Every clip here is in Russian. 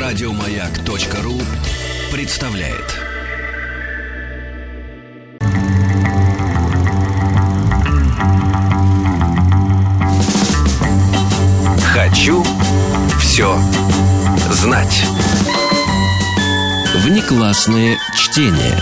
Радиомаяк.ру представляет. Хочу все знать. Внеклассное чтение.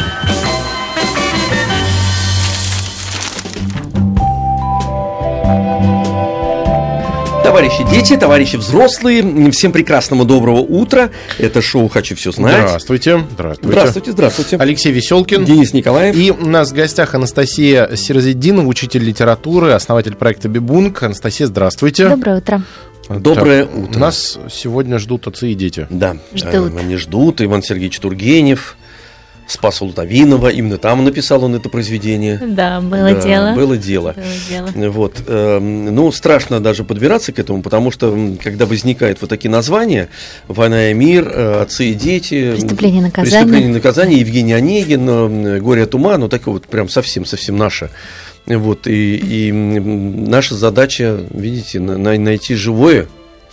Товарищи дети, товарищи взрослые, всем прекрасного доброго утра. Это шоу «Хочу все знать». Здравствуйте. Здравствуйте. Алексей Веселкин. Денис Николаев. И у нас в гостях Анастасия Сиразетдинова, учитель литературы, основатель проекта «Бибунг». Анастасия, здравствуйте. Доброе утро. Доброе утро. Нас сегодня ждут отцы и дети. Да, ждут. Они ждут. Иван Сергеевич Тургенев, Спаса Лутовинова, именно там написал он это произведение. Да, было дело. Вот. Ну, страшно даже подбираться к этому, потому что, когда возникают вот такие названия: «Война и мир», «Отцы и дети», «Преступление и наказание», Евгений Онегин, «Горе от ума», ну, такое вот прям совсем наше. Вот, и наша задача, видите, найти живое.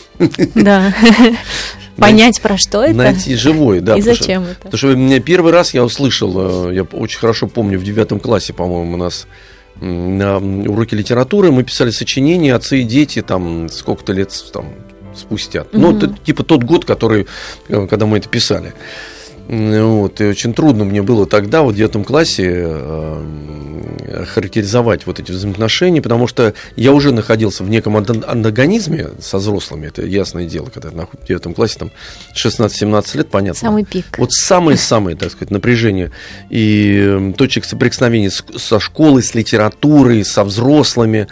Да. Понять, про что это. Найти живое, да. И зачем это. Потому что первый раз я услышал, я очень хорошо помню, в 9 классе, по-моему, у нас на уроке литературы мы писали сочинения «Отцы и дети», там, сколько-то лет там, спустя. Ну, это, типа тот год, когда мы это писали. Вот, и очень трудно мне было тогда, вот в 9 классе, характеризовать вот эти взаимоотношения, потому что я уже находился в неком антагонизме со взрослыми, это ясное дело, когда в 9 классе, там, 16-17 лет, понятно. Самый пик. Вот самое-самое, так сказать, напряжение и точек соприкосновения со школой, с литературой, со взрослыми,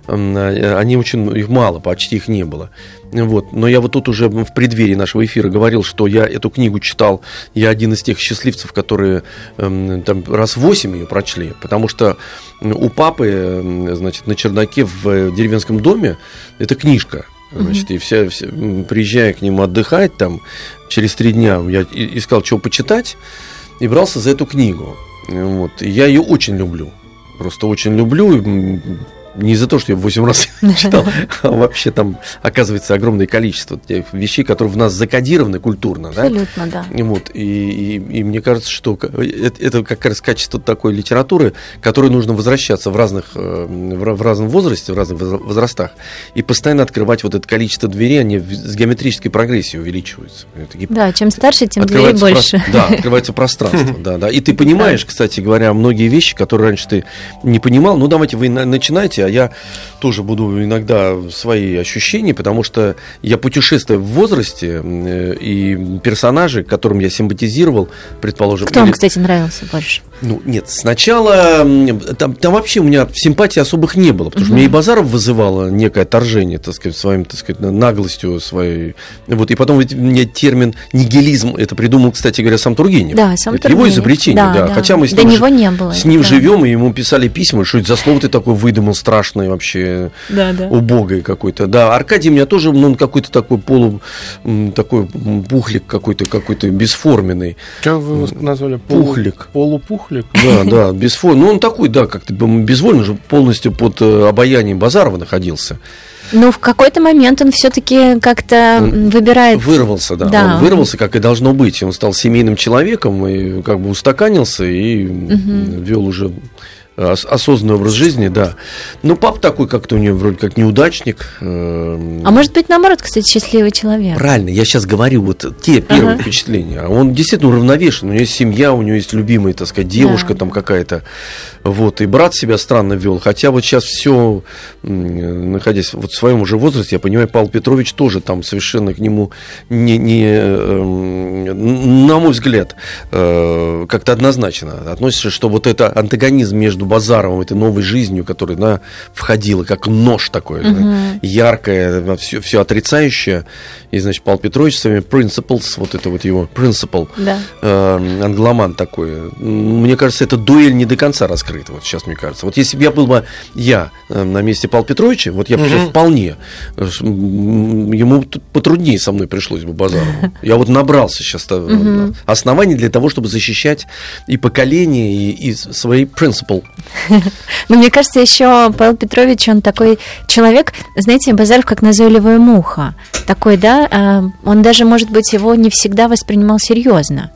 они очень, их мало, почти их не было. Вот. Но я вот тут уже в преддверии нашего эфира говорил, что я эту книгу читал, я один из тех счастливцев, которые там раз 8 ее прочли, потому что у папы, значит, на чердаке в деревенском доме эта книжка. Значит, и все, приезжая к нему отдыхать, там, через 3 дня я искал, чего почитать, и брался за эту книгу. Вот. И я ее очень люблю, просто очень люблю. Не за то, что я 8 раз читал, а вообще там оказывается огромное количество тех вещей, которые в нас закодированы культурно. Абсолютно, да. Вот, и мне кажется, что это как раз качество такой литературы, к которой нужно возвращаться в разном возрасте, в разных возрастах, и постоянно открывать вот это количество дверей, они с геометрической прогрессией увеличиваются. Да, чем старше, тем дверей больше. Да, открывается пространство. Да. И ты понимаешь, кстати говоря, многие вещи, которые раньше ты не понимал. Ну, давайте вы начинайте, а я тоже буду иногда свои ощущения, потому что я путешествую в возрасте, и персонажи, которым я симпатизировал, предположим... Кто вам, кстати, нравился больше? Ну, нет, сначала там вообще у меня симпатий особых не было, потому что меня и Базаров вызывало некое отторжение, так сказать, своим, так сказать, наглостью своей. Вот, и потом мне термин нигилизм, это придумал, кстати говоря, сам Тургенев. Да, сам это Тургенев. Его изобретение, да. Хотя мы с ним живем, и ему писали письма, что это за слово ты такой выдумал страшное вообще, убогое какой-то. Да, Аркадий у меня тоже, он какой-то такой такой пухлик какой-то бесформенный. Как вы его назвали? Пухлик. Полупухлик? Да, бесформенный. Ну, он такой, да, как-то безвольно же, полностью под обаянием Базарова находился. Ну, в какой-то момент он все-таки как-то выбирает... Вырвался, да. Он вырвался, как и должно быть. Он стал семейным человеком и как бы устаканился и вел уже осознанный образ жизни, да. Но папа такой как-то у него вроде как неудачник. А может быть, наоборот, кстати, счастливый человек. Правильно, я сейчас говорю вот те первые впечатления. Он действительно уравновешен, у него есть семья, у него есть любимая, так сказать, девушка там какая-то. Вот, и брат себя странно вел. Хотя вот сейчас все, находясь вот в своем уже возрасте, я понимаю, Павел Петрович тоже там совершенно к нему на мой взгляд, как-то однозначно относится, что вот это антагонизм между Базаровым, этой новой жизнью, которая входила как нож такой, яркое, все отрицающее, и, значит, Павел Петрович своими principles, вот это вот его principle, англоман такой, мне кажется, эта дуэль не до конца раскрыта, вот сейчас мне кажется. Вот если бы я на месте Павла Петровича, вот я бы вполне, ему потруднее со мной пришлось бы, Базарову. Я вот набрался сейчас оснований для того, чтобы защищать и поколение, и свои principle. Но мне кажется, еще Павел Петрович, он такой человек, знаете, Базаров как назойливая муха. Такой, да, он даже, может быть, его не всегда воспринимал серьезно.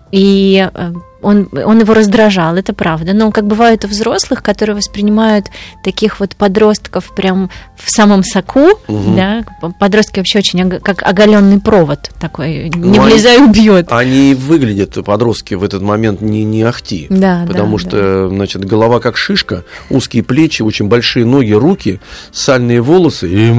И он его раздражал, это правда. Но как бывает у взрослых, которые воспринимают таких вот подростков прям в самом соку, да, подростки вообще очень как оголенный провод такой, не влезай, убьет. Они выглядят, подростки, в этот момент не ахти. Да, потому что, значит, голова как шишка, узкие плечи, очень большие ноги, руки, сальные волосы и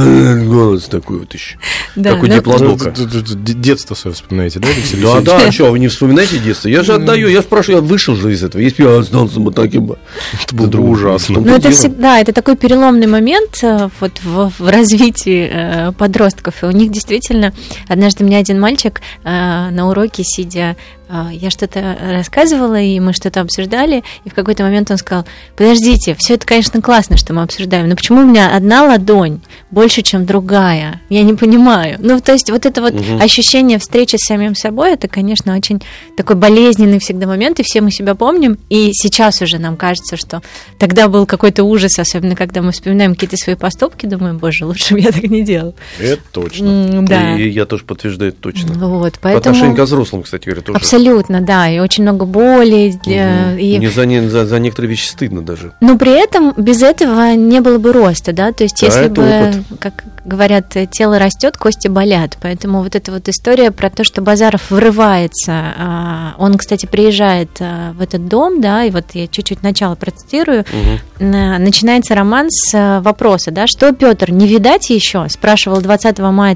голос такой вот еще. Да, как у Диплодока. Детство свое вспоминаете, да, Алексей? Да, а что, вы не вспоминаете детство? Я же отдаю, я спрашиваю, я вышел же из этого. Если бы я остался бы таким бы. Это было бы ужасно. Ну, это всегда, это такой переломный момент вот в развитии подростков. И у них действительно, однажды мне один мальчик на уроке, сидя, я что-то рассказывала, и мы что-то обсуждали, и в какой-то момент он сказал: подождите, все это, конечно, классно, что мы обсуждаем, но почему у меня одна ладонь больше, чем другая? Я не понимаю. Ну, то есть вот это вот ощущение встречи с самим собой, это, конечно, очень такой болезненный всегда момент, и все мы себя помним, и сейчас уже нам кажется, что тогда был какой-то ужас, особенно когда мы вспоминаем какие-то свои поступки, думаем, боже, лучше бы я так не делал. Это точно. Да. И я тоже подтверждаю, точно. Вот, поэтому... поэтому... По отношению к взрослым, кстати говоря, тоже. Абсолютно, да, и очень много боли. И... Мне за некоторые вещи стыдно даже. Но при этом без этого не было бы роста, да, то есть Да, если бы, опыт. как говорят, тело растет, кости болят, поэтому вот эта вот история про то, что Базаров врывается, он, кстати, приезжает в этот дом, да, и вот я чуть-чуть начало процитирую, начинается роман с вопроса, да, что, Петр, не видать еще? Спрашивал 20 мая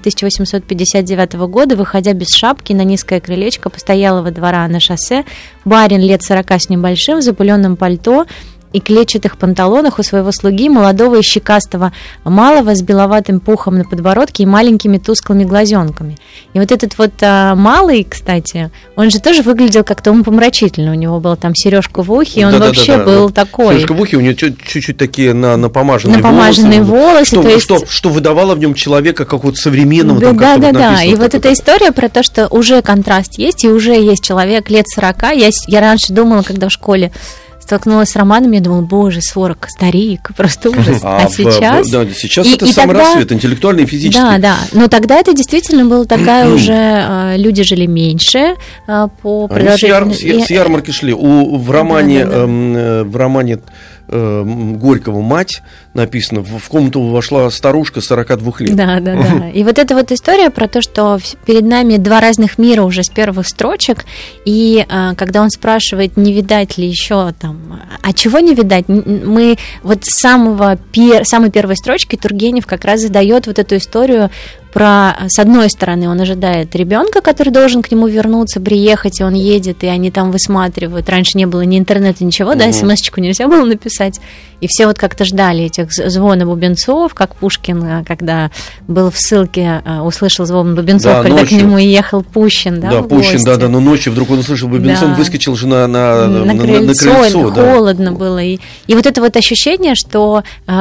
1859 года, выходя без шапки на низкое крылечко постоялого двора на шоссе, барин лет 40 с небольшим, в запыленном пальто и клетчатых панталонах у своего слуги, молодого и щекастого малого с беловатым пухом на подбородке и маленькими тусклыми глазенками. И вот этот вот малый, кстати, он же тоже выглядел как-то умопомрачительно. У него была там сережка в ухе, и он вообще был такой. Сережка в ухе, у него чуть-чуть такие напомаженные волосы. Что выдавало в нем человека как вот современного. Да. И вот эта история про то, что уже контраст есть, и уже есть человек лет 40. Я раньше думала, когда в школе столкнулась с романом, я думала, боже, 40, старик, просто ужас. А сейчас... Сейчас это самый расцвет, интеллектуальный и физический. Да, но тогда это действительно было такая уже... Люди жили меньше по продолжительности. С ярмарки шли. В романе Горького «Мать» написано, в комнату вошла старушка 42 лет. Да. И вот эта вот история про то, что перед нами два разных мира уже с первых строчек, и когда он спрашивает, не видать ли еще там, а чего не видать, мы вот с самой первой строчки Тургенев как раз задает вот эту историю про, с одной стороны, он ожидает ребенка, который должен к нему вернуться, приехать, и он едет, и они там высматривают. Раньше не было ни интернета, ничего, да, смс-очку нельзя было написать. И все вот как-то ждали этих звона бубенцов, как Пушкин, когда был в ссылке, услышал звон бубенцов, когда ночью к нему ехал Пущин, да, в Пущин, гости. но ночью вдруг он услышал бубенцов, он выскочил же на крыльцо, холодно было. И вот это вот ощущение, что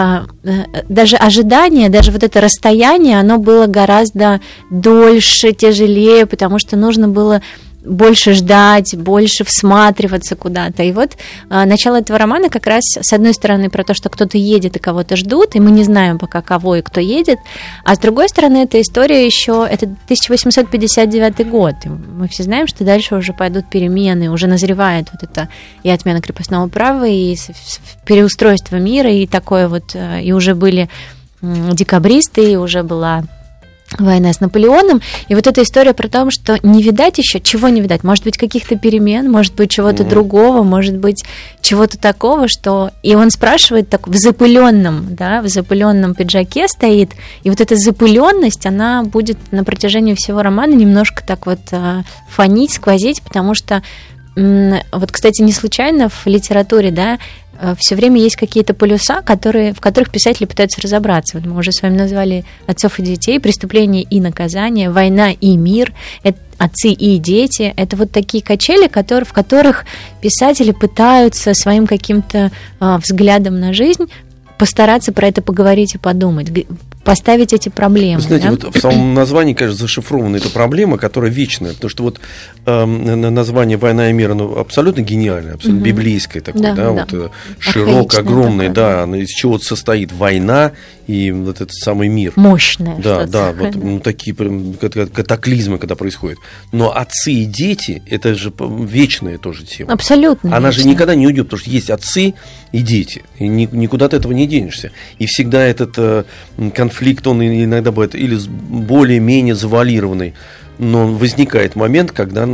даже ожидание, даже вот это расстояние, оно было гораздо дольше, тяжелее, потому что нужно было больше ждать, больше всматриваться куда-то. И вот начало этого романа как раз, с одной стороны, про то, что кто-то едет и кого-то ждут, и мы не знаем пока, кого и кто едет, а с другой стороны, эта история еще, это 1859 год, и мы все знаем, что дальше уже пойдут перемены, уже назревает вот это и отмена крепостного права, и переустройство мира, и такое вот, и уже были декабристы, и уже была война с Наполеоном, и вот эта история про то, что не видать еще, чего не видать, может быть, каких-то перемен, может быть, чего-то другого, может быть, чего-то такого, что... И он спрашивает, так, в запыленном пиджаке стоит, и вот эта запыленность, она будет на протяжении всего романа немножко так вот фонить, сквозить, потому что, вот, кстати, не случайно в литературе, да, все время есть какие-то полюса, в которых писатели пытаются разобраться. Вот мы уже с вами назвали «Отцов и детей», «Преступление и наказание», «Война и мир», «Отцы и дети». Это вот такие качели, в которых писатели пытаются своим каким-то взглядом на жизнь постараться про это поговорить и подумать, поставить эти проблемы. Вы знаете, да? вот в самом названии, конечно, зашифрована эта проблема, которая вечная, потому что вот название «Война и мир», оно абсолютно гениальное, абсолютно библейское такое, да. Вот широкое, огромное, такое. Да, из чего состоит война и вот этот самый мир. Мощное. Да, вот ну, такие катаклизмы, когда происходят. Но отцы и дети, это же вечная тоже тема. Абсолютно. Она же никогда не уйдет, потому что есть отцы и дети, и никуда от этого не денешься. И всегда этот конфликт, он иногда бывает или более-менее завуалированный, но возникает момент, когда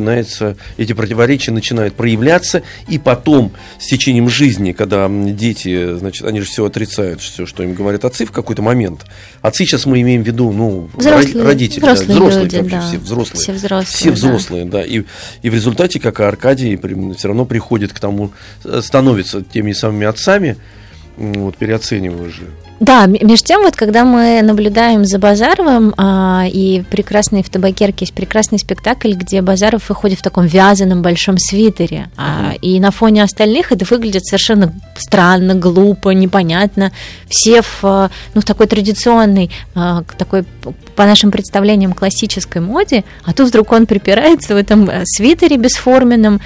эти противоречия начинают проявляться, и потом с течением жизни, когда дети, значит, они же все отрицают, все, что им говорят отцы в какой-то момент. Отцы сейчас мы имеем в виду, ну, родители, взрослые люди, вообще, да. Все взрослые, да. И в результате, как и Аркадий, все равно приходит к тому, становятся теми самыми отцами, вот, переоценивая же. Да, между тем, вот когда мы наблюдаем за Базаровым, и прекрасный в «Табакерке» есть прекрасный спектакль, где Базаров выходит в таком вязаном большом свитере, и на фоне остальных это выглядит совершенно странно, глупо, непонятно. Все в такой традиционной, такой, по нашим представлениям, классической моде, а тут вдруг он припирается в этом свитере бесформенном,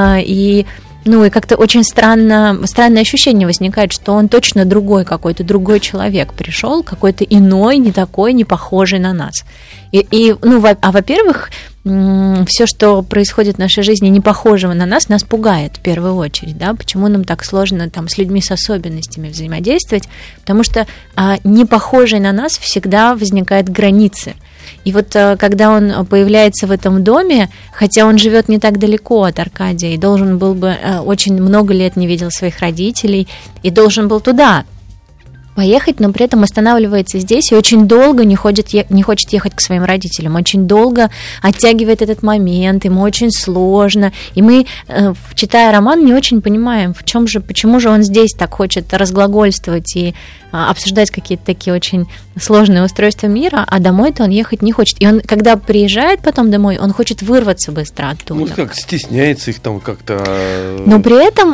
и как-то очень странное ощущение возникает, что он точно другой какой-то, другой человек пришел, какой-то иной, не такой, не похожий на нас. Во-первых, все, что происходит в нашей жизни, не похожего на нас пугает в первую очередь, да, почему нам так сложно там с людьми с особенностями взаимодействовать, потому что не похожий на нас всегда возникают границы. И вот когда он появляется в этом доме, хотя он живет не так далеко от Аркадия и должен был бы, очень много лет не видел своих родителей, и должен был туда поехать, но при этом останавливается здесь и очень долго не хочет ехать к своим родителям, очень долго оттягивает этот момент, ему очень сложно, и мы, читая роман, не очень понимаем, почему же он здесь так хочет разглагольствовать и обсуждать какие-то такие очень сложные устройства мира, а домой-то он ехать не хочет. И он, когда приезжает потом домой, он хочет вырваться быстро оттуда. Ну, как стесняется их там как-то. Но при этом,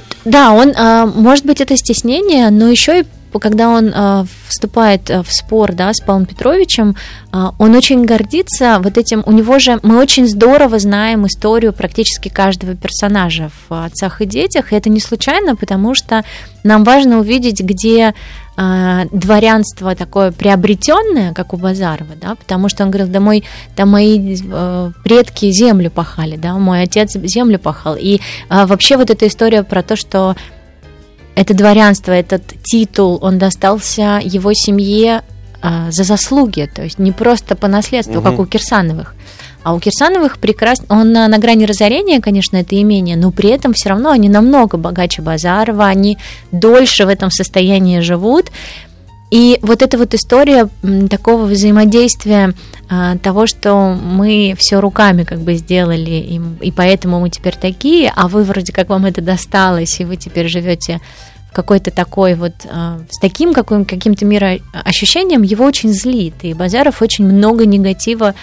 может быть, это стеснение, но еще и когда он вступает в спор, да, с Павлом Петровичем, он очень гордится вот этим. У него же мы очень здорово знаем историю практически каждого персонажа в «Отцах и детях», и это не случайно, потому что нам важно увидеть, где дворянство такое приобретенное, как у Базарова, да, потому что он говорил, да мои предки землю пахали, да, мой отец землю пахал, и вообще вот эта история про то, что это дворянство, этот титул, он достался его семье за заслуги, то есть не просто по наследству, как у Кирсановых. А у Кирсановых прекрасно, он на грани разорения, конечно, это имение, но при этом все равно они намного богаче Базарова, они дольше в этом состоянии живут. И вот эта вот история такого взаимодействия, того, что мы все руками как бы сделали, и поэтому мы теперь такие, а вы вроде как вам это досталось, и вы теперь живете в какой-то такой вот, с таким каким-то мироощущением, его очень злит. И Базаров очень много негатива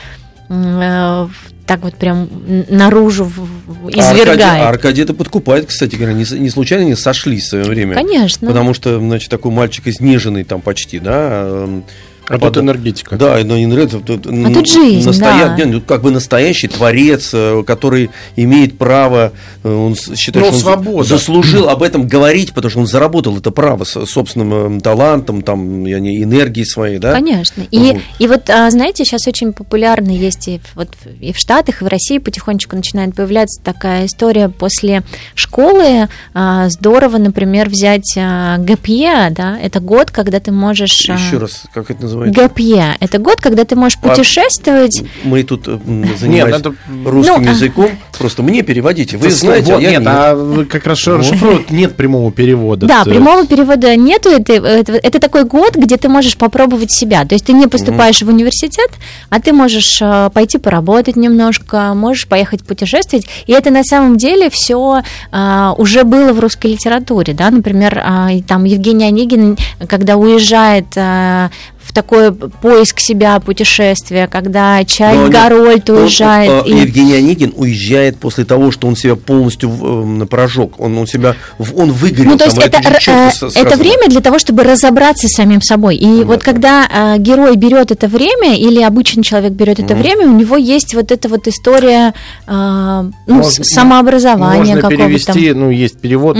так вот прям наружу извергает. Аркадий это подкупает, кстати говоря, не случайно они сошлись в свое время. Конечно. Потому что, значит, такой мальчик изнеженный там почти, да. А тут энергетика. Да, энергетика. Тут жизнь, да. Как бы настоящий творец, который имеет право, он считает, что он заслужил об этом говорить, потому что он заработал это право собственным талантом, там, энергией своей, да? Конечно. И вот, знаете, сейчас очень популярно есть и в Штатах, и в России потихонечку начинает появляться такая история после школы. Здорово, например, взять gap year, да, это год, когда ты можешь... Еще раз, как это называется? Гапье. Это год, когда ты можешь путешествовать. Мы тут занимаемся русским языком. Просто мне переводите. Вы знаете, а я нет. Вы как раз расшифровывают, нет прямого перевода. Да, прямого перевода нету. Это такой год, где ты можешь попробовать себя. То есть ты не поступаешь в университет, а ты можешь пойти поработать немножко, можешь поехать путешествовать. И это на самом деле все уже было в русской литературе. Да? Например, там Евгений Онегин, когда уезжает в такой поиск себя, путешествие, когда Чайльд Гарольд уезжает. Евгений Онегин уезжает после того, что он себя полностью прожег. Он выгорел. Ну, то есть это время для того, чтобы разобраться с самим собой. И вот когда герой берет это время, или обычный человек берет это время, у него есть вот эта вот история самообразования можно какого-то. Можно перевести, есть перевод,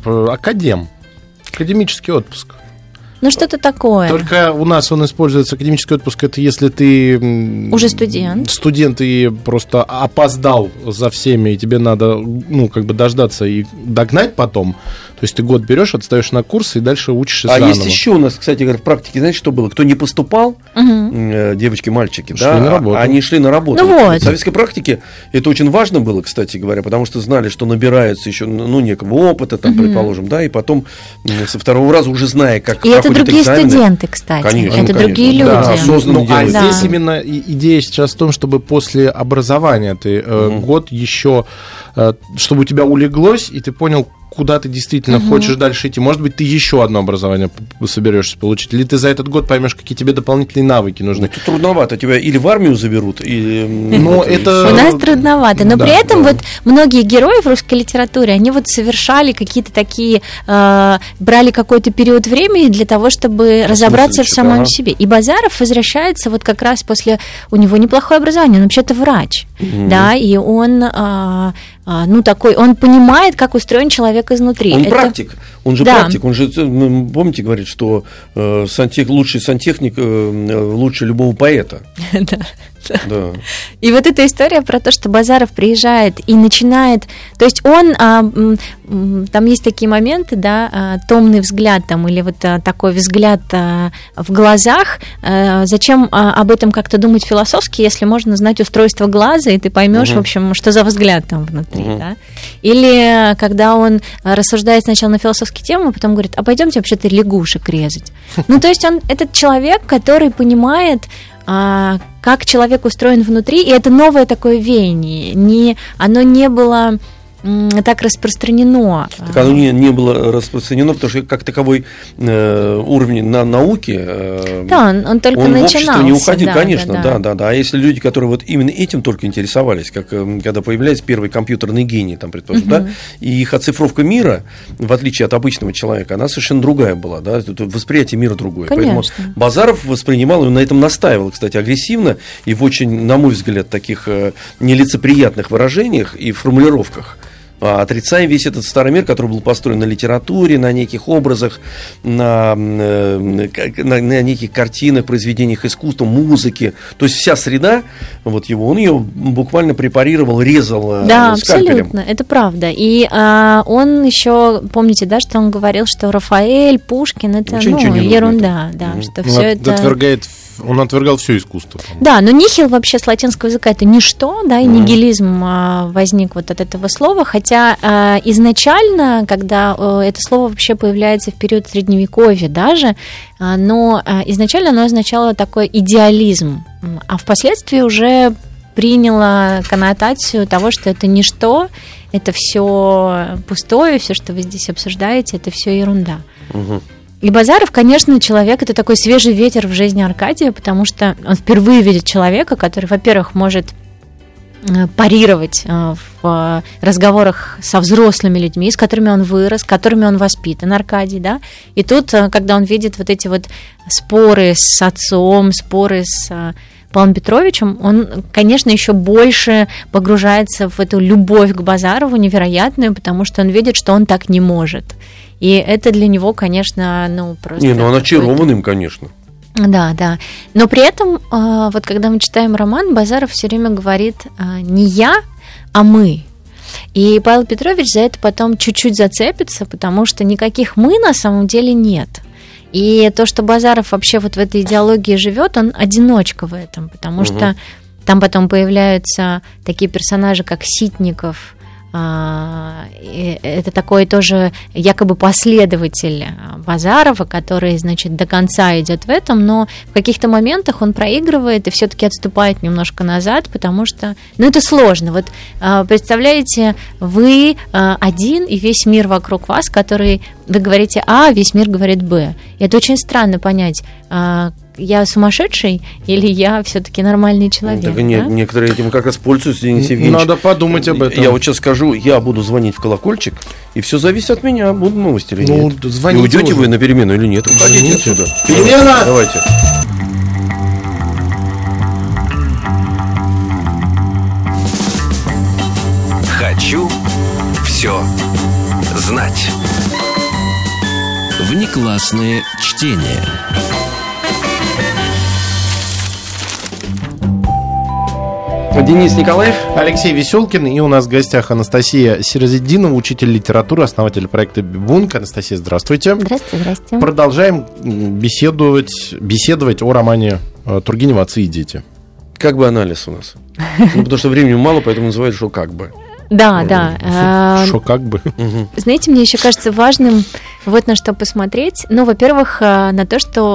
академический отпуск. Ну, что-то такое. Только у нас он используется, академический отпуск, это если ты... Уже студент. Студент и просто опоздал за всеми, и тебе надо, дождаться и догнать потом. То есть ты год берешь, отстаешь на курсы и дальше учишься заново. Есть еще у нас, кстати говоря, в практике, знаете, что было? Кто не поступал, девочки, мальчики, они шли на работу. В советской практике это очень важно было, кстати говоря, потому что знали, что набираются еще, некого опыта, предположим, и потом со второго раза уже зная, как это другие студенты, кстати. Конечно, это другие люди. Да, осознанно делают. Здесь именно идея сейчас в том, чтобы после образования ты год еще, чтобы у тебя улеглось, и ты понял, куда ты действительно хочешь дальше идти. Может быть, ты еще одно образование соберешься получить, или ты за этот год поймешь, какие тебе дополнительные навыки нужны. Это трудновато, тебя или в армию заберут, или... У нас трудновато, но при этом вот многие герои в русской литературе, они вот совершали какие-то такие, брали какой-то период времени для того, чтобы разобраться в самом себе. И Базаров возвращается вот как раз после... У него неплохое образование, он вообще-то врач, да, и он... такой, он понимает, как устроен человек изнутри. Он практик, он же практик, он же, помните, говорит, что лучший сантехник лучше любого поэта. Да. И вот эта история про то, что Базаров приезжает и начинает, то есть он, там есть такие моменты, томный взгляд там, или вот такой взгляд в глазах, зачем об этом как-то думать философски, если можно знать устройство глаза, и ты поймешь, в общем, что за взгляд там внутри, да? Или когда он рассуждает сначала на философские темы, а потом говорит, а пойдемте вообще-то лягушек резать. То есть он, этот человек, который понимает, как человек устроен внутри, и это новое такое веяние, оно не было так распространено. Так оно не было распространено, потому что как таковой уровень науки он только начинался. В общество не уходил, конечно, да. А если люди, которые вот именно этим только интересовались, как когда появлялись первые компьютерные гении, там, предположим, и их оцифровка мира, в отличие от обычного человека, она совершенно другая была, восприятие мира другое. Конечно. Поэтому Базаров воспринимал, и на этом настаивал, кстати, агрессивно, и в очень, на мой взгляд, таких нелицеприятных выражениях и формулировках, отрицая весь этот старый мир, который был построен на литературе, на неких образах, на неких картинах, произведениях искусства, музыке. То есть вся среда, он ее буквально препарировал, резал скальпелем. Абсолютно, это правда. И он еще, помните, что он говорил, что Рафаэль, Пушкин, это ерунда. Что все это... Он отвергал все искусство. Да, но нихил вообще с латинского языка это ничто, и нигилизм возник вот от этого слова, хотя изначально, когда это слово вообще появляется в период Средневековья даже, но изначально оно означало такой идеализм, а впоследствии уже приняло коннотацию того, что это ничто, это все пустое, все, что вы здесь обсуждаете, это все ерунда. И Базаров, конечно, человек, это такой свежий ветер в жизни Аркадия, потому что он впервые видит человека, который, во-первых, может парировать в разговорах со взрослыми людьми, с которыми он вырос, которыми он воспитан, Аркадий, И тут, когда он видит вот эти вот споры с отцом, споры с Павлом Петровичем, он, конечно, еще больше погружается в эту любовь к Базарову невероятную, потому что он видит, что он так не может. И это для него, конечно, просто... он очарован им, конечно. Да. Но при этом, вот когда мы читаем роман, Базаров все время говорит не я, а мы. И Павел Петрович за это потом чуть-чуть зацепится, потому что никаких мы на самом деле нет. И то, что Базаров вообще вот в этой идеологии живет, он одиночка в этом, потому что там потом появляются такие персонажи, как Ситников. Это такой тоже якобы последователь Базарова, который, значит, до конца идет в этом, но в каких-то моментах он проигрывает и все-таки отступает немножко назад, потому что, это сложно. Вот представляете, вы один и весь мир вокруг вас, который вы говорите А, весь мир говорит Б. И это очень странно понять, я сумасшедший или я все-таки нормальный человек. Так, нет, да? Некоторые этим как раз пользуются, Денис Евгеньевич. Надо подумать об этом. Я вот сейчас скажу, я буду звонить в колокольчик, и все зависит от меня, будут новости или нет. Звоните. И уйдете вы на перемену или нет? Уходите отсюда. Перемена! Давайте. Хочу все знать. Внеклассное чтение. Денис Николаев. Алексей Веселкин. И у нас в гостях Анастасия Сиразетдинова, учитель литературы, основатель проекта «Бибунг». Анастасия, здравствуйте. Здравствуйте. Продолжаем беседовать о романе Тургенева «Отцы и дети». Как бы анализ у нас? Потому что времени мало, поэтому называют «Шо как бы». Да, да. Шо как бы. Знаете, мне еще кажется важным вот на что посмотреть. Ну, во-первых, на то, что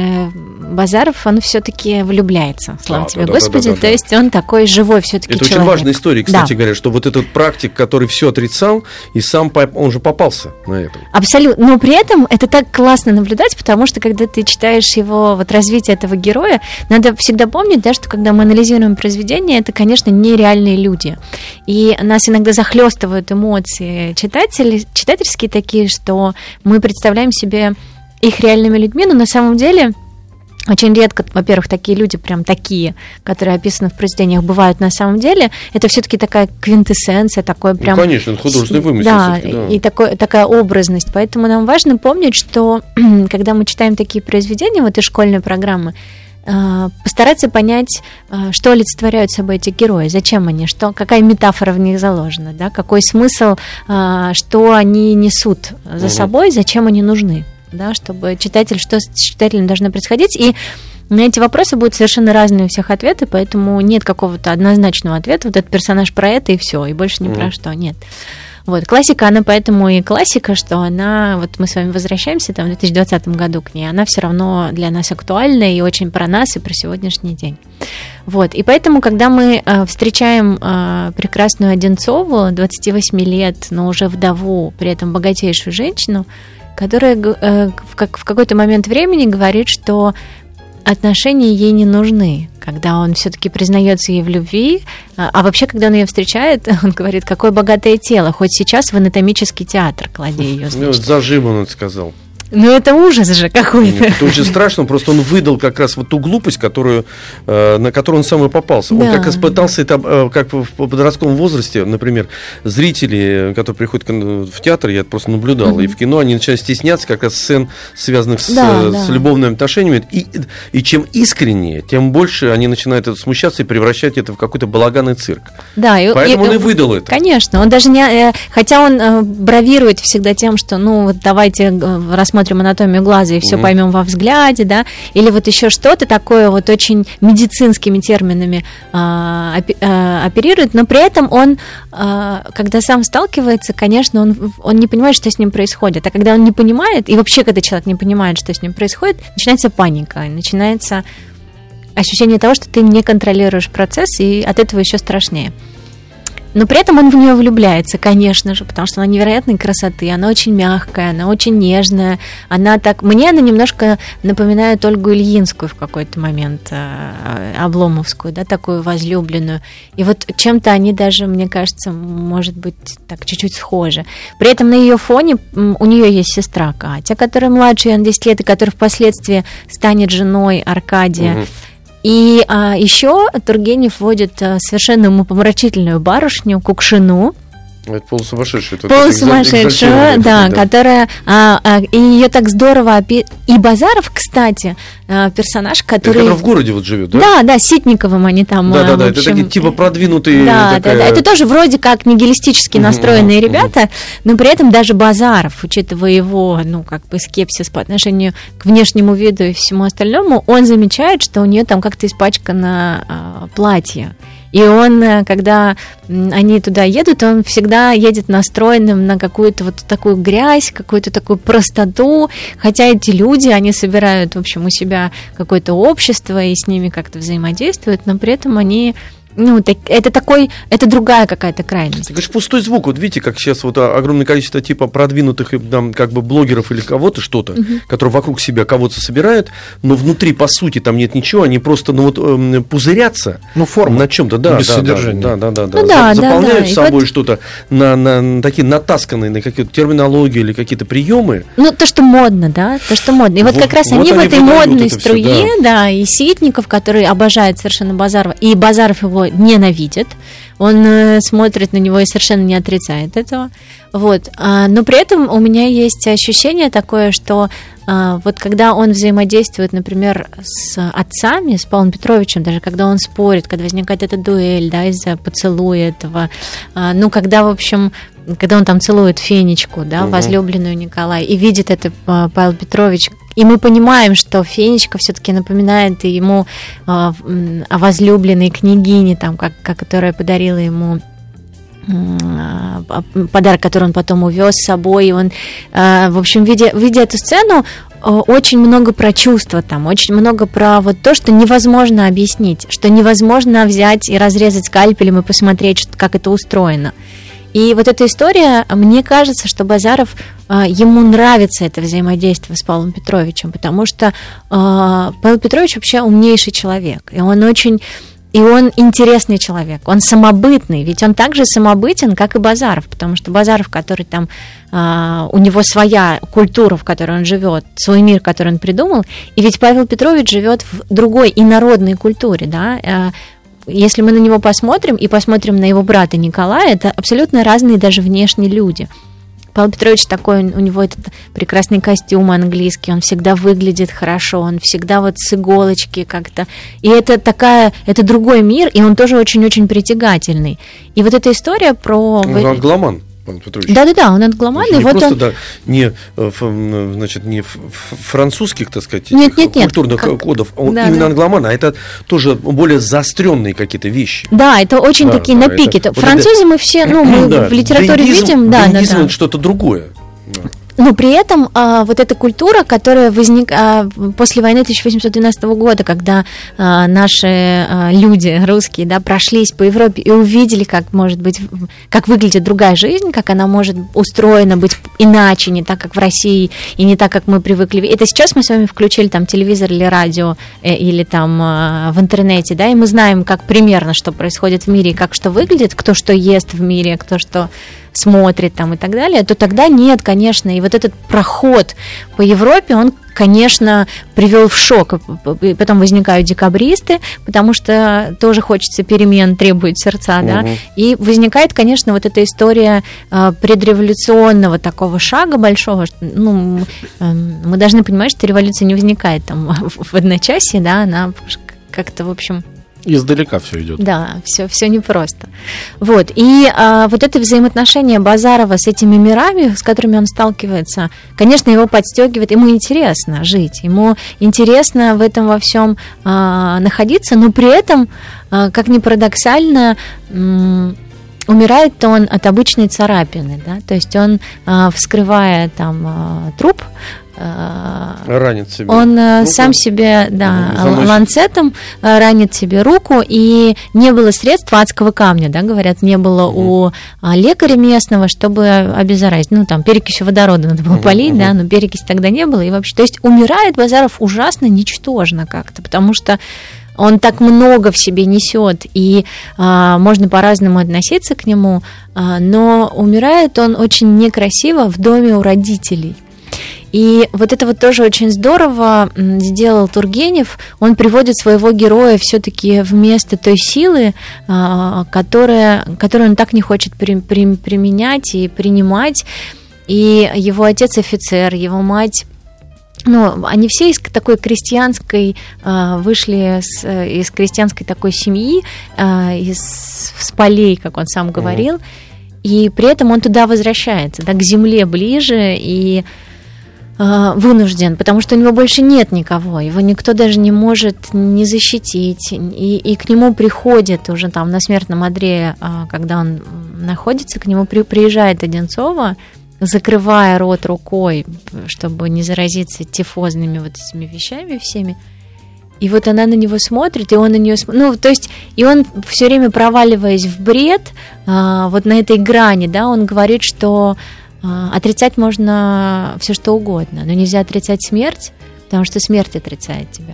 Базаров, он все-таки влюбляется, слава тебе, Господи. То есть он такой живой все-таки человек. Это очень важная история, кстати говоря, что вот этот практик, который все отрицал, и сам он же попался на этом. Абсолютно. Но при этом это так классно наблюдать, потому что когда ты читаешь его вот развитие этого героя, надо всегда помнить, да, что когда мы анализируем произведение, это, конечно, нереальные люди. И нас иногда захлестывают эмоции читательские такие, что мы представляем себе их реальными людьми, но на самом деле очень редко, во-первых, такие люди, прям такие, которые описаны в произведениях, бывают на самом деле. Это все-таки такая квинтэссенция, такой прям... Ну, конечно, это художественный вымысел. Да, и такая образность. Поэтому нам важно помнить, что когда мы читаем такие произведения, вот из школьной программы, постараться понять, что олицетворяют собой эти герои, зачем они, какая метафора в них заложена, да, какой смысл, что они несут за собой, зачем они нужны, да, чтобы что с читателем должно происходить. И на эти вопросы будут совершенно разные у всех ответы, поэтому нет какого-то однозначного ответа. Вот этот персонаж про это и все, и больше ни про что нет. Вот, классика, она поэтому и классика, что она, вот мы с вами возвращаемся там в 2020 году к ней, она все равно для нас актуальна и очень про нас, и про сегодняшний день. Вот, и поэтому, когда мы встречаем прекрасную Одинцову, 28 лет, но уже вдову, при этом богатейшую женщину, которая в какой-то момент времени говорит, что отношения ей не нужны, когда он все-таки признается ей в любви, а вообще, когда он ее встречает, он говорит, какое богатое тело, хоть сейчас в анатомический театр клади ее. Ну, зажим он это сказал. Ну, это ужас же какой-то. Это очень страшно, просто он выдал как раз вот ту глупость, на которую он сам и попался. Да. Он как раз пытался это, как в подростковом возрасте, например, зрители, которые приходят в театр, я это просто наблюдал, и в кино, они начинают стесняться как раз сцен, связанных с любовными отношениями, и чем искреннее, тем больше они начинают это смущаться и превращать это в какой-то балаганный цирк. Да, поэтому он и выдал это. Конечно, он даже не... Хотя он бравирует всегда тем, что, ну, вот давайте рассмотрим анатомию глаза и все поймем во взгляде, да, или вот еще что-то такое вот очень медицинскими терминами оперирует, но при этом он, когда сам сталкивается, конечно, он не понимает, что с ним происходит, а когда он не понимает, и вообще, когда человек не понимает, что с ним происходит, начинается паника, начинается ощущение того, что ты не контролируешь процесс, и от этого еще страшнее. Но при этом он в нее влюбляется, конечно же, потому что она невероятной красоты, она очень мягкая, она очень нежная, мне она немножко напоминает Ольгу Ильинскую в какой-то момент, Обломовскую, да, такую возлюбленную. И вот чем-то они даже, мне кажется, может быть, так чуть-чуть схожи. При этом на ее фоне у нее есть сестра Катя, которая младше ее на 10 лет, и которая впоследствии станет женой Аркадия. И еще Тургенев вводит совершенно умопомрачительную барышню Кукшину. Это полусумасшедшая. Полусумасшедшая, да, которая... и ее так здорово... И Базаров, кстати, персонаж, который... Это в городе вот живет, да? Да, с Ситниковым они там... Да, это такие типа продвинутые... Да, это тоже вроде как нигилистически настроенные ребята, но при этом даже Базаров, учитывая его, ну, как бы скепсис по отношению к внешнему виду и всему остальному, он замечает, что у нее там как-то испачкано платье. И он, когда они туда едут, он всегда едет настроенным на какую-то вот такую грязь, какую-то такую простоту, хотя эти люди, они собирают, в общем, у себя какое-то общество и с ними как-то взаимодействуют, но при этом они это другая какая-то крайность. Это же пустой звук. Вот видите, как сейчас вот огромное количество типа продвинутых там, как бы блогеров или кого-то, что-то, которые вокруг себя кого-то собирают, но внутри, по сути, там нет ничего, они просто пузырятся на чем-то, без содержания. Заполняют собой что-то, такие натасканные на какие-то терминологии или какие-то приемы. То, что модно, да, то, что модно. И вот как раз они в этой модной струе, и Ситников, который обожает совершенно Базарова, и Базаров его ненавидит, он смотрит на него и совершенно не отрицает этого. Но при этом у меня есть ощущение такое, что вот когда он взаимодействует, например, с отцами, с Павлом Петровичем, даже когда он спорит, когда возникает эта дуэль, из-за поцелуя этого, когда, в общем, когда он там целует Фенечку, возлюбленную Николая, и видит это Павел Петрович, и мы понимаем, что Фенечка все-таки напоминает ему о возлюбленной княгине, которая подарила ему подарок, который он потом увез с собой. И он, в общем, видя эту сцену, очень много про чувства там, очень много про то, что невозможно объяснить, что невозможно взять и разрезать скальпелем и посмотреть, как это устроено. И вот эта история, мне кажется, что Базаров, ему нравится это взаимодействие с Павлом Петровичем, потому что Павел Петрович вообще умнейший человек, и он интересный человек, он самобытный, ведь он также самобытен, как и Базаров, потому что Базаров, который там, у него своя культура, в которой он живет, свой мир, который он придумал, и ведь Павел Петрович живет в другой инородной культуре, Если мы на него посмотрим и посмотрим на его брата Николая, это абсолютно разные даже внешние люди. Павел Петрович такой, у него этот прекрасный костюм английский, он всегда выглядит хорошо, он всегда с иголочки как-то. И это другой мир, и он тоже очень-очень притягательный. И вот эта история про... Он англоман. Петрович. Да, он англоман. Не просто, не французских, так сказать, культурных кодов, он именно англоман, а это тоже более заостренные какие-то вещи. Да, это очень такие на пике. Французы мы все, мы в литературе видим. Даинизм это что-то другое. Но при этом вот эта культура, которая возникла после войны 1812 года, когда наши люди русские прошлись по Европе и увидели, как выглядит другая жизнь, как она может устроена быть иначе, не так, как в России, и не так, как мы привыкли. Это сейчас мы с вами включили там телевизор или радио, или там в интернете, и мы знаем, как примерно, что происходит в мире, и как что выглядит, кто что ест в мире, кто что смотрит там и так далее, то тогда нет, конечно. И вот этот проход по Европе, он, конечно, привел в шок. И потом возникают декабристы, потому что тоже хочется перемен, требует сердца, И возникает, конечно, вот эта история предреволюционного такого шага большого. Мы должны понимать, что революция не возникает там в одночасье, она как-то, в общем... Издалека все идет. Да, все непросто. И вот это взаимоотношение Базарова с этими мирами, с которыми он сталкивается, конечно, его подстегивает, ему интересно жить, ему интересно в этом во всем находиться, но при этом, как ни парадоксально, умирает он от обычной царапины, то есть он, вскрывая там труп, ранит себе он руку. Сам себе ланцетом ранит себе руку, и не было средств адского камня, говорят, не было у лекаря местного, чтобы обеззаразить. Там перекисью водорода надо было полить, но перекиси тогда не было. И вообще, то есть умирает Базаров ужасно ничтожно как-то, потому что он так много в себе несет, и можно по-разному относиться к нему, но умирает он очень некрасиво в доме у родителей. И вот это тоже очень здорово сделал Тургенев. Он приводит своего героя все-таки вместо той силы, которую он так не хочет применять и принимать. И его отец офицер, его мать... они все из такой крестьянской, вышли из крестьянской такой семьи, с полей, как он сам говорил, и при этом он туда возвращается, к земле ближе, и вынужден, потому что у него больше нет никого, его никто даже не может не защитить, и к нему приходит уже там на смертном одре, когда он находится, к нему приезжает Одинцова, закрывая рот рукой, чтобы не заразиться тифозными этими вещами всеми. И вот она на него смотрит, и он на нее смотрит. Ну, то есть, и он все время проваливаясь в бред, вот на этой грани, да, он говорит, что отрицать можно все что угодно, но нельзя отрицать смерть, потому что смерть отрицает тебя.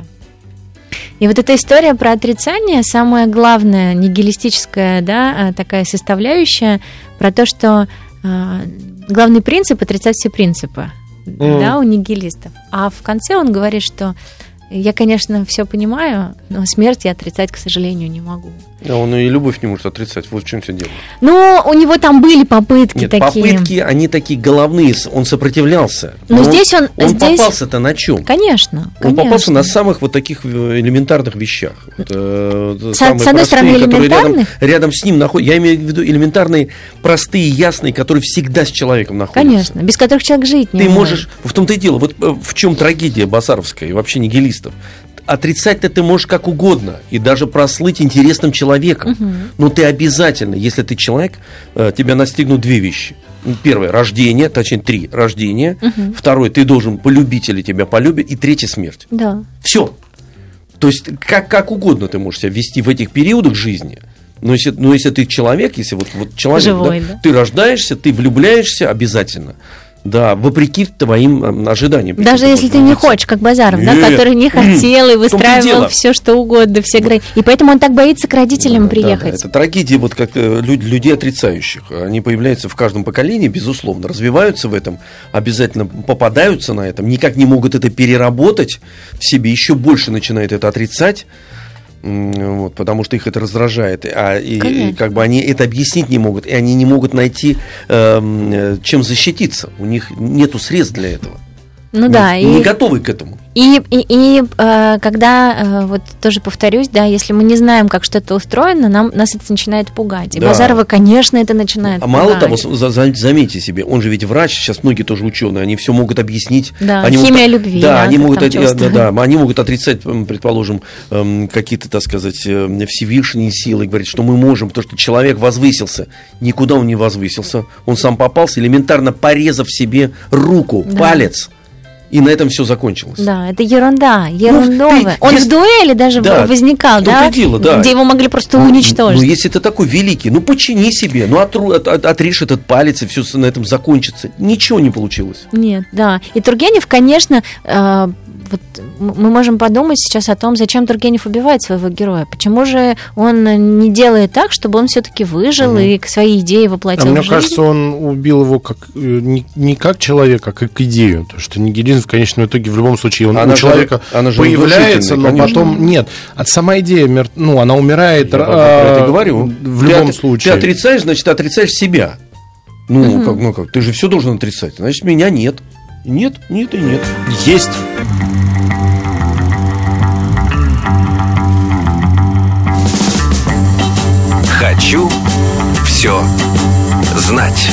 И вот эта история про отрицание, самая главная нигилистическая, да, такая составляющая, про то, что главный принцип — отрицать все принципы, да, у нигилистов. А в конце он говорит, что я, конечно, все понимаю, но смерть я отрицать, к сожалению, не могу. А он и любовь не может отрицать, вот в чем все дело. Ну, у него там были попытки такие. Попытки, они такие головные, он сопротивлялся. Но здесь он попался-то на чем? Конечно. Он попался на самых вот таких элементарных вещах. С одной стороны, элементарных? Рядом с ним находятся. Я имею в виду элементарные, простые, ясные, которые всегда с человеком находятся. Конечно, без которых человек жить не может. Ты можешь, в том-то и дело, вот в чем трагедия базаровская и вообще нигилистов. Отрицать-то ты можешь как угодно и даже прослыть интересным человеком. Но ты обязательно, если ты человек, тебя настигнут две вещи. Первое — рождение, точнее 3 — рождение. Второе — ты должен полюбить или тебя полюбят. И третье — смерть. Да. Все. То есть как угодно ты можешь себя вести в этих периодах жизни. Но если ты человек, если вот человек, живой, да, ты рождаешься, ты влюбляешься обязательно. Да, вопреки твоим ожиданиям. Даже если ты не хочешь, как Базаров, да, который не хотел и выстраивал все, что угодно, все грани. И поэтому он так боится к родителям приехать. Да, это трагедия вот как людей отрицающих. Они появляются в каждом поколении, безусловно, развиваются в этом, обязательно попадаются на этом, никак не могут это переработать в себе, еще больше начинают это отрицать. Вот, потому что их это раздражает, и как бы они это объяснить не могут, и они не могут найти, чем защититься. У них нету средств для этого. Ну да, не готовы к этому. И когда, вот тоже повторюсь, да, если мы не знаем, как что-то устроено, нас это начинает пугать. И да. Базарова, конечно, это начинает пугать. Мало того, заметьте себе, он же ведь врач, сейчас многие тоже ученые, они все могут объяснить. Да, они химия любви. Да, они могут отрицать, предположим, какие-то, так сказать, всевышние силы, говорить, что мы можем, потому что человек возвысился. Никуда он не возвысился. Он сам попался, элементарно порезав себе руку, палец. И на этом все закончилось. Да, это ерундовая. Он в дуэли даже возникал, да? Дело, да, где его могли просто уничтожить. Ну, если ты такой великий, почини себе, отрежь этот палец, и все на этом закончится. Ничего не получилось. Нет, да. И Тургенев, конечно, вот мы можем подумать сейчас о том, зачем Тургенев убивает своего героя. Почему же он не делает так, чтобы он все-таки выжил и свои идеи воплотил в жизнь? Мне кажется, он убил его не как человека, а как идею. Потому что нигилизм в конечном итоге в любом случае у человека появляется, но потом нет. Сама идея, она умирает в любом случае. Ты отрицаешь, значит, отрицаешь себя. Как? Ты же все должен отрицать. Значит, меня нет. Нет и нет. Есть. Хочу все знать.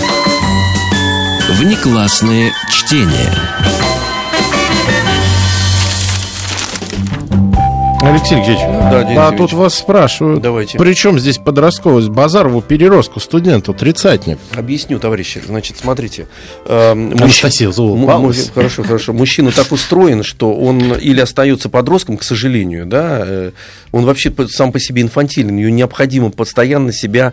Внеклассные чтения. Алексей Алексеевич, тут вас спрашивают, давайте. При чем здесь подростковость? Базарову переростку, студенту, тридцатник. Объясню, товарищи. Значит, смотрите. Анастасия заулыбалась. Хорошо. Мужчина так устроен, что он или остается подростком, к сожалению, да, он вообще сам по себе инфантилен, ему необходимо постоянно себя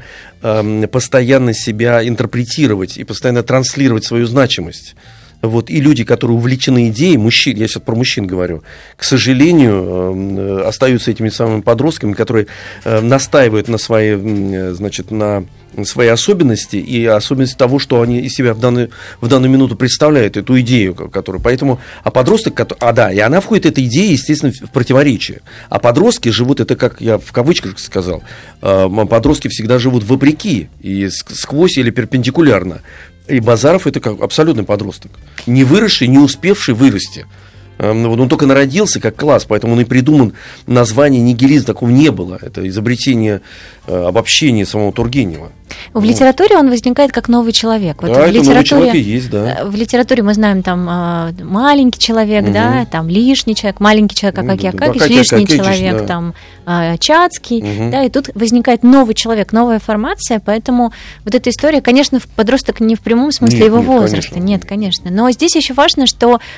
интерпретировать и постоянно транслировать свою значимость. Вот, и люди, которые увлечены идеей, мужчин, я сейчас про мужчин говорю, к сожалению, остаются этими самыми подростками, которые настаивают на свои, значит, на свои особенности и особенности того, что они из себя в данную минуту представляют, эту идею, которую, поэтому, подросток, и она входит, эта идея, естественно, в противоречие, а подростки живут, это как я в кавычках сказал, подростки всегда живут вопреки, и сквозь или перпендикулярно. И Базаров — это как абсолютный подросток, не выросший, не успевший вырасти. Он только народился как класс, поэтому он и придуман, название нигилизм такого не было. Это изобретение, обобщение самого Тургенева. В литературе он возникает как новый человек. Вот да, это новый человек и есть, да. В литературе мы знаем там маленький человек, да, там лишний человек, маленький человек, Акакий Акакич, лишний человек, да. Там Чацкий, да, и тут возникает новый человек, новая формация, поэтому вот эта история, конечно, подросток не в прямом смысле его возраста, нет, конечно, но здесь еще важно, что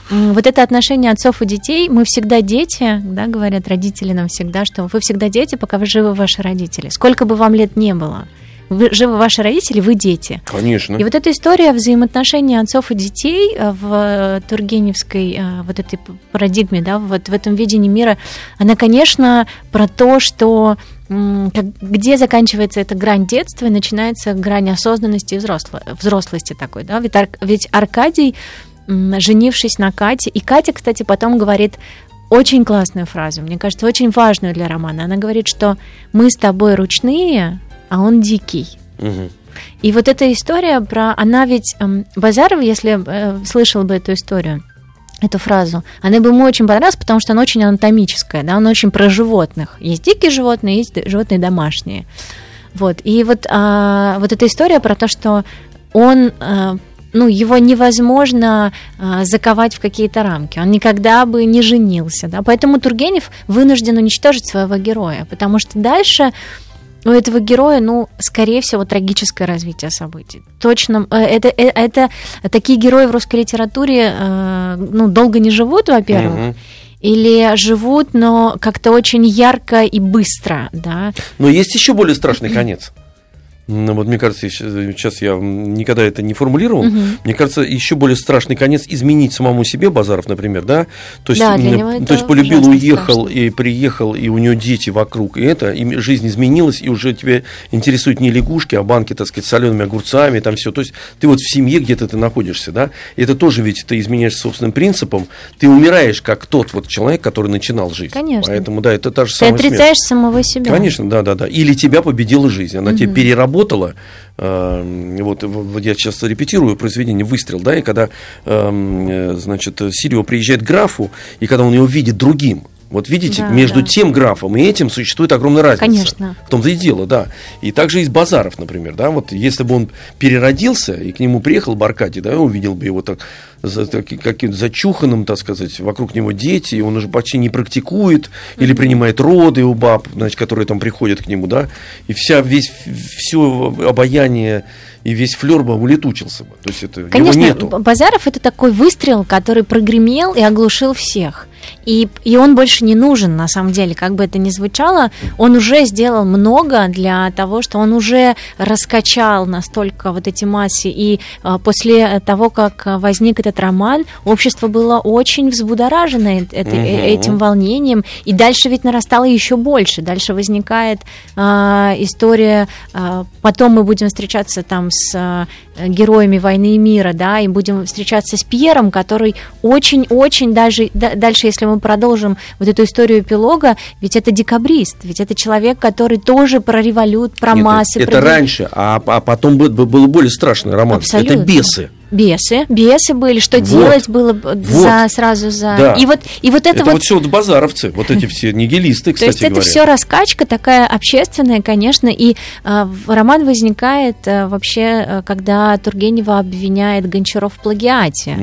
вот это отношение отцов и детей, мы всегда дети, да, говорят родители нам всегда, что вы всегда дети, пока вы живы ваши родители. Сколько бы вам лет не было, вы живы ваши родители, вы дети. Конечно. И вот эта история взаимоотношений отцов и детей в тургеневской вот этой парадигме, да, вот в этом видении мира, она, конечно, про то, что где заканчивается эта грань детства и начинается грань осознанности и взрослости такой, да, ведь Аркадий, женившись на Кате, и Катя, кстати, потом говорит очень классную фразу, мне кажется, очень важную для романа. Она говорит, что мы с тобой ручные, а он дикий. Угу. И вот эта история про... Она ведь... Базаров, если слышал бы эту историю, эту фразу, она бы ему очень понравилась, потому что она очень анатомическая, да, она очень про животных. Есть дикие животные, есть животные домашние. Вот. И вот эта история про то, что он... его невозможно заковать в какие-то рамки. Он никогда бы не женился. Да? Поэтому Тургенев вынужден уничтожить своего героя, потому что дальше у этого героя, скорее всего, трагическое развитие событий. Точно, это такие герои в русской литературе долго не живут, во-первых, или живут, но как-то очень ярко и быстро. Да? Но есть еще более страшный конец. Вот мне кажется, сейчас я никогда это не формулировал, мне кажется, еще более страшный конец изменить самому себе, Базаров, например, да? То есть полюбил, уехал страшно. И приехал, и у него дети вокруг, и жизнь изменилась, и уже тебя интересуют не лягушки, а банки, так сказать, с солеными огурцами, там все. То есть ты вот в семье где-то ты находишься, да? И это тоже ведь ты изменяешь собственным принципом, ты умираешь как тот вот человек, который начинал жизнь. Конечно. Поэтому, да, это та же самая смерть. Ты отрицаешь самого себя. Конечно, да. Или тебя победила жизнь, она тебя переработала. Вот я сейчас репетирую произведение «Выстрел», да, и когда, значит, Сирио приезжает к графу, и когда он его видит другим, вот видите, между тем графом и этим существует огромная разница. Конечно. В том-то и дело, да. И также и с Базаров, например, да, вот если бы он переродился, и к нему приехал бы Аркадий, да, увидел бы его так каким-то зачуханным, так сказать, вокруг него дети, и он уже почти не практикует, или принимает роды у баб, значит, которые там приходят к нему, да, и все обаяние и весь флёр бы улетучился бы. То есть это, конечно, его нету. Базаров — это такой выстрел, который прогремел и оглушил всех. И он больше не нужен, на самом деле, как бы это ни звучало. Он уже сделал много для того, что он уже раскачал настолько вот эти массы. И после того, как возник этот роман, общество было очень взбудоражено этим волнением. И дальше ведь нарастало еще больше. Дальше возникает история. Потом мы будем встречаться там с героями «Войны и мира», да, и будем встречаться с Пьером, который очень-очень дальше, если мы продолжим вот эту историю эпилога, ведь это декабрист, ведь это человек, который тоже про револют, про массы. Это раньше, а потом был более страшный роман. Абсолютно. Это «Бесы». Бесы были, что делать было сразу за... Да. И вот это вот все базаровцы, вот эти все нигилисты, кстати говоря. То есть это все раскачка такая общественная, конечно, и роман возникает вообще, когда Тургенева обвиняет Гончаров в плагиате.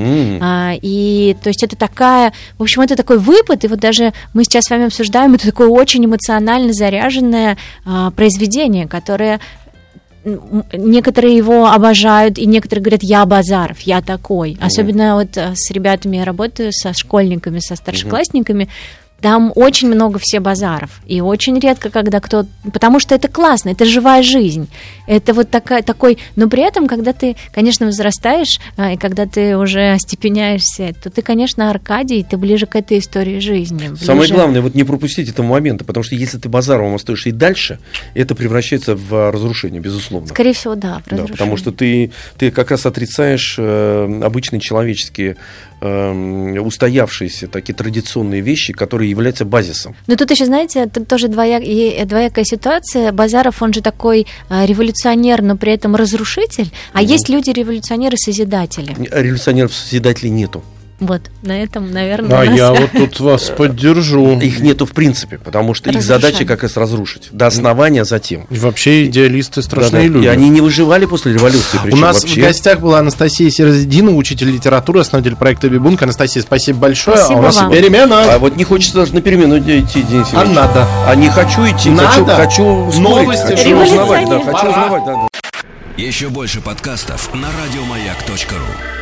И то есть это такая, в общем, это такой выпад, и вот даже мы сейчас с вами обсуждаем, это такое очень эмоционально заряженное произведение, которое... Некоторые его обожают, и некоторые говорят: я Базаров, я такой. Особенно вот с ребятами я работаю, со школьниками, со старшеклассниками. Там очень много все Базаров. И очень редко, когда кто... Потому что это классно, это живая жизнь. Это вот такой... Но при этом, когда ты, конечно, возрастаешь, и когда ты уже остепеняешься, то ты, конечно, Аркадий, ты ближе к этой истории жизни. Самое главное, вот не пропустить этого момента, потому что если ты Базаровым остаешься и дальше, это превращается в разрушение, безусловно. Скорее всего, да, в разрушение. Да, потому что ты как раз отрицаешь обычные человеческие устоявшиеся такие традиционные вещи, которые являются базисом. Но тут еще, знаете, тут тоже двоякая ситуация. Базаров, он же такой революционер, но при этом разрушитель, а есть люди-революционеры-созидатели. Революционеров-созидателей нету. Вот, на этом, наверное, я вот тут вас поддержу. Их нету в принципе, потому что их задача как раз разрушить. До основания затем. И вообще идеалисты страшные люди. И они не выживали после революции. У нас в гостях была Анастасия Серозидина, учитель литературы, основатель проекта «Бибунг». Анастасия, спасибо большое. Спасибо у нас вам. Перемена. А вот не хочется даже на перемену идти, Денис Ильич. Надо. А не хочу идти, хочу спорить, новости, хочу узнавать. Хочу узнавать. Еще больше подкастов на радиомаяк.ру.